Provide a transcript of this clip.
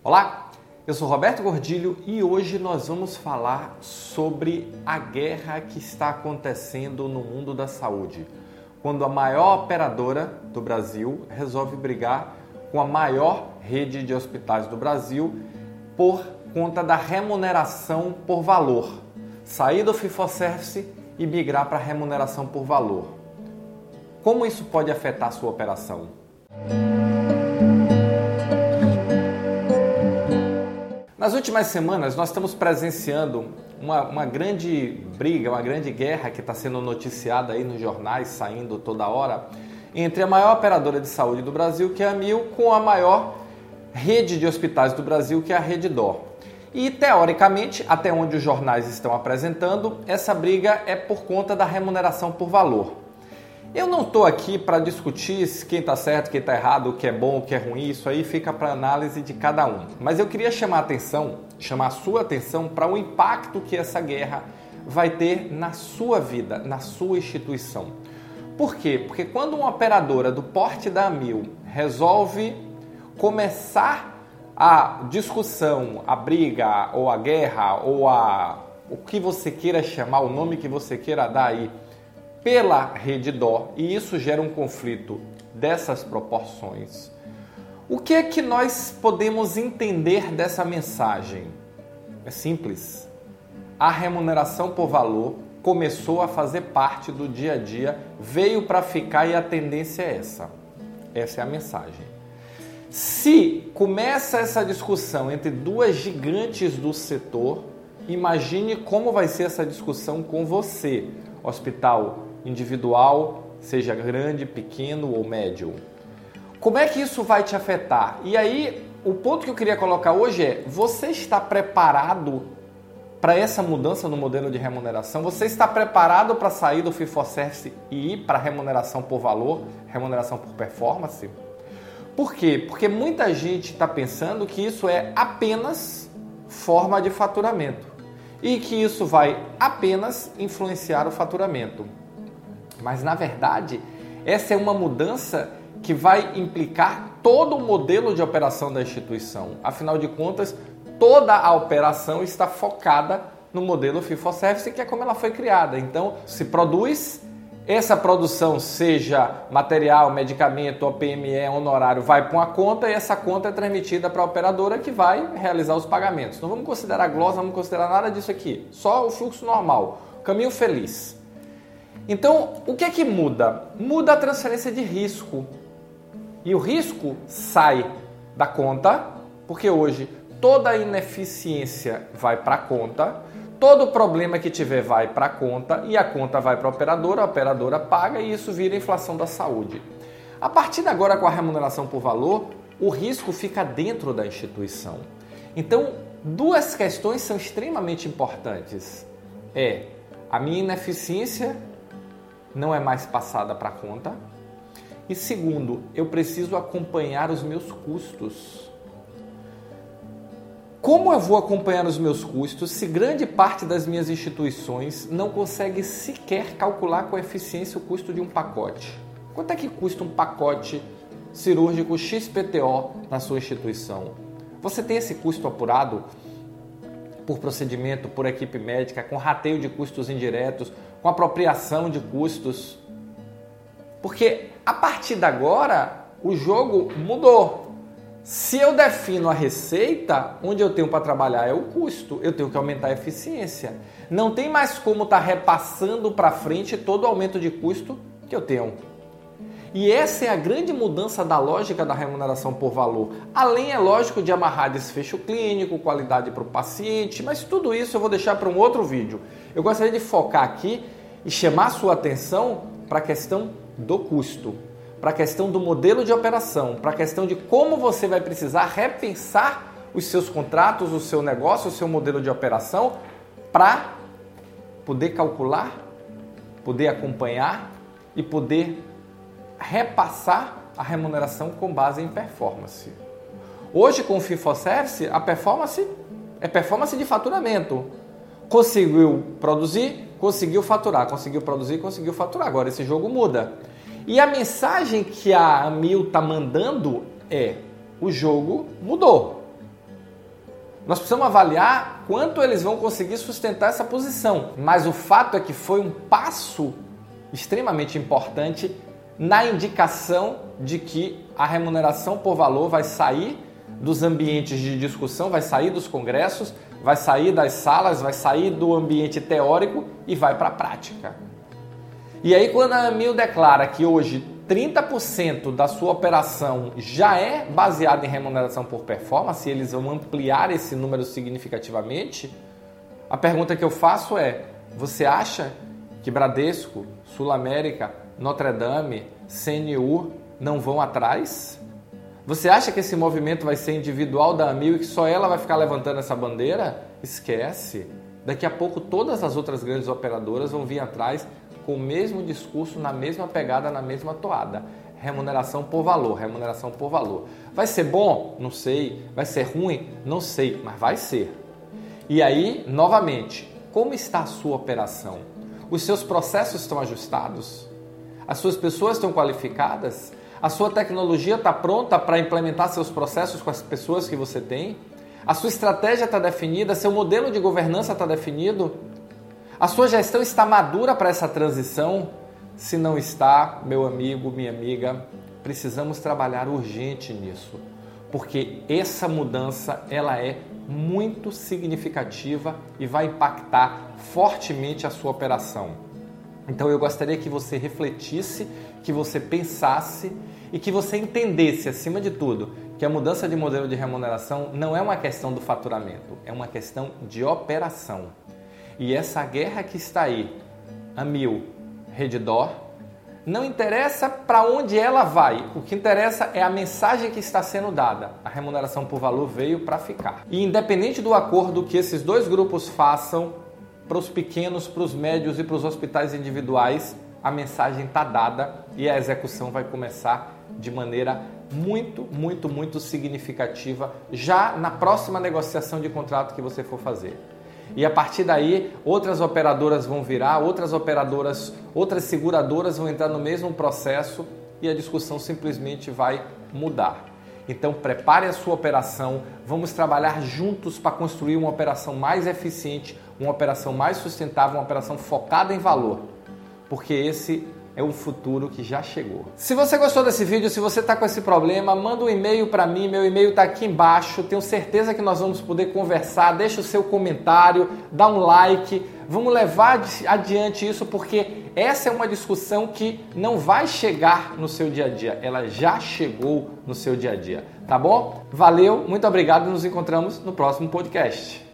Olá, eu sou Roberto Gordilho e hoje nós vamos falar sobre a guerra que está acontecendo no mundo da saúde, quando a maior operadora do Brasil resolve brigar com a maior rede de hospitais do Brasil por conta da remuneração por valor, sair do fee-for-service e migrar para a remuneração por valor. Como isso pode afetar a sua operação? Nas últimas semanas, nós estamos presenciando uma grande briga, uma grande guerra que está sendo noticiada aí nos jornais, saindo toda hora, entre a maior operadora de saúde do Brasil, que é a Amil, com a maior rede de hospitais do Brasil, que é a Redditor. E, teoricamente, até onde os jornais estão apresentando, essa briga é por conta da remuneração por valor. Eu não estou aqui para discutir quem está certo, quem está errado, o que é bom, o que é ruim, isso aí fica para análise de cada um. Mas eu queria chamar a sua atenção para o impacto que essa guerra vai ter na sua vida, na sua instituição. Por quê? Porque quando uma operadora do porte da Amil resolve começar a discussão, a briga, ou a guerra, ou o que você queira chamar, o nome que você queira dar aí, pela Redditor, e isso gera um conflito dessas proporções. O que é que nós podemos entender dessa mensagem? É simples. A remuneração por valor começou a fazer parte do dia a dia, veio para ficar e a tendência é essa. Essa é a mensagem. Se começa essa discussão entre duas gigantes do setor, imagine como vai ser essa discussão com você, hospital individual, seja grande, pequeno ou médio. Como é que isso vai te afetar? E aí, o ponto que eu queria colocar hoje é: você está preparado para essa mudança no modelo de remuneração? Você está preparado para sair do fee-for-service e ir para a remuneração por valor, remuneração por performance? Por quê? Porque muita gente está pensando que isso é apenas forma de faturamento e que isso vai apenas influenciar o faturamento. Mas, na verdade, essa é uma mudança que vai implicar todo o modelo de operação da instituição. Afinal de contas, toda a operação está focada no modelo fee-for-service, que é como ela foi criada. Então, se produz, essa produção, seja material, medicamento, OPME, honorário, vai para uma conta e essa conta é transmitida para a operadora que vai realizar os pagamentos. Não vamos considerar glosa, não vamos considerar nada disso aqui. Só o fluxo normal, caminho feliz. Então, o que é que muda? Muda a transferência de risco. E o risco sai da conta, porque hoje toda a ineficiência vai para a conta, todo problema que tiver vai para a conta e a conta vai para a operadora paga e isso vira inflação da saúde. A partir de agora, com a remuneração por valor, o risco fica dentro da instituição. Então, duas questões são extremamente importantes. A minha ineficiência não é mais passada para a conta. E segundo, eu preciso acompanhar os meus custos. Como eu vou acompanhar os meus custos se grande parte das minhas instituições não consegue sequer calcular com eficiência o custo de um pacote? Quanto é que custa um pacote cirúrgico XPTO na sua instituição? Você tem esse custo apurado por procedimento, por equipe médica, com rateio de custos indiretos, com apropriação de custos? Porque a partir de agora o jogo mudou. Se eu defino a receita, onde eu tenho para trabalhar é o custo, eu tenho que aumentar a eficiência. Não tem mais como estar repassando para frente todo o aumento de custo que eu tenho. E essa é a grande mudança da lógica da remuneração por valor. Além, é lógico, de amarrar desfecho clínico, qualidade para o paciente, mas tudo isso eu vou deixar para um outro vídeo. Eu gostaria de focar aqui e chamar a sua atenção para a questão do custo, para a questão do modelo de operação, para a questão de como você vai precisar repensar os seus contratos, o seu negócio, o seu modelo de operação para poder calcular, poder acompanhar e poder repassar a remuneração com base em performance. Hoje, com o fee-for-service, a performance é performance de faturamento. Conseguiu produzir, conseguiu faturar, conseguiu produzir, conseguiu faturar. Agora esse jogo muda. E a mensagem que a Amil está mandando é: o jogo mudou. Nós precisamos avaliar quanto eles vão conseguir sustentar essa posição. Mas o fato é que foi um passo extremamente importante na indicação de que a remuneração por valor vai sair dos ambientes de discussão, vai sair dos congressos, vai sair das salas, vai sair do ambiente teórico e vai para a prática. E aí quando a Amil declara que hoje 30% da sua operação já é baseada em remuneração por performance, e eles vão ampliar esse número significativamente, a pergunta que eu faço é, você acha que Bradesco, Sul América, Notre Dame, CNU não vão atrás? Você acha que esse movimento vai ser individual da Amil e que só ela vai ficar levantando essa bandeira? Esquece! Daqui a pouco todas as outras grandes operadoras vão vir atrás com o mesmo discurso, na mesma pegada, na mesma toada. Remuneração por valor, remuneração por valor. Vai ser bom? Não sei. Vai ser ruim? Não sei, mas vai ser. E aí, novamente, como está a sua operação? Os seus processos estão ajustados? As suas pessoas estão qualificadas? A sua tecnologia está pronta para implementar seus processos com as pessoas que você tem? A sua estratégia está definida? Seu modelo de governança está definido? A sua gestão está madura para essa transição? Se não está, meu amigo, minha amiga, precisamos trabalhar urgente nisso, porque essa mudança ela é muito significativa e vai impactar fortemente a sua operação. Então eu gostaria que você refletisse, que você pensasse e que você entendesse, acima de tudo, que a mudança de modelo de remuneração não é uma questão do faturamento, é uma questão de operação. E essa guerra que está aí, Amil, Redditor, não interessa para onde ela vai. O que interessa é a mensagem que está sendo dada. A remuneração por valor veio para ficar. E independente do acordo que esses dois grupos façam, para os pequenos, para os médios e para os hospitais individuais, a mensagem está dada e a execução vai começar de maneira muito significativa já na próxima negociação de contrato que você for fazer. E a partir daí, outras operadoras vão virar, outras seguradoras vão entrar no mesmo processo e a discussão simplesmente vai mudar. Então, prepare a sua operação, vamos trabalhar juntos para construir uma operação mais eficiente, uma operação mais sustentável, uma operação focada em valor, porque esse é um futuro que já chegou. Se você gostou desse vídeo, se você está com esse problema, manda um e-mail para mim, meu e-mail está aqui embaixo, tenho certeza que nós vamos poder conversar, deixa o seu comentário, dá um like, vamos levar adiante isso, porque essa é uma discussão que não vai chegar no seu dia a dia, ela já chegou no seu dia a dia, tá bom? Valeu, muito obrigado e nos encontramos no próximo podcast.